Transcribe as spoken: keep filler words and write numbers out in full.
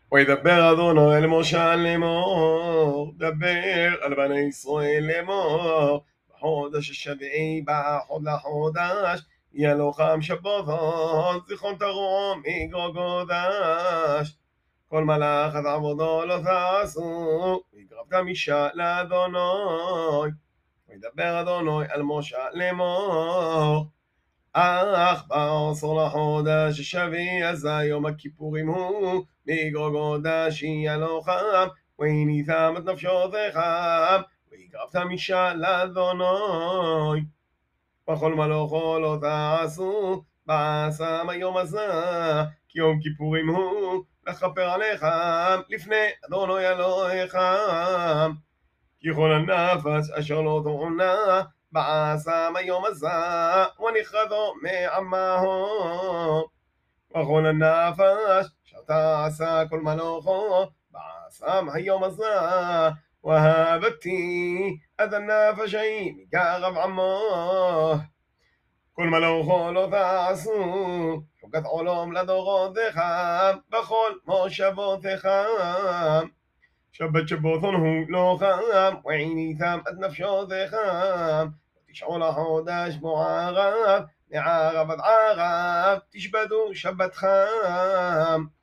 וידבר אדוני אל משה לאמור, דבר על בני ישראל לאמור, בחודש השביעי באחד לחודש, יהיה לו חם שבתון, זיכרון תרום מגרגודש. כל מלאכת עבודו לא תעשו, והקרבת משעה לאדוני. וידבר אדוני על משה לאמור, אך בעשור לחודש השביעי הזה יום הכיפורים הוא, מגרגודש יהיה לו חם, והניתם את נפשותיך, והקרבת משעה לאדוני. וכל מלאכו לא תעשו בעשם היום הזה, כי יום כיפורים הוא, לכפר עליכם לפני אדוני אלוהיך. כי כל הנפש אשר לא תעונה בעשם היום הזה, ונכרתו מעמהו. וכל הנפש אשר תעשה כל מלאכו בעשם היום הזה, ואהבתי את הנפש ההיא מקרב עמו. כל מלאכו לא תעשו, חוקת עולם לדורותיך, בכל מושבותיך. שבת שבתון הוא לא חם, ועיניתם את נפשותיך. ותשעו לחודש בו ערב, מערב עד ערב, תשבתו שבת חם.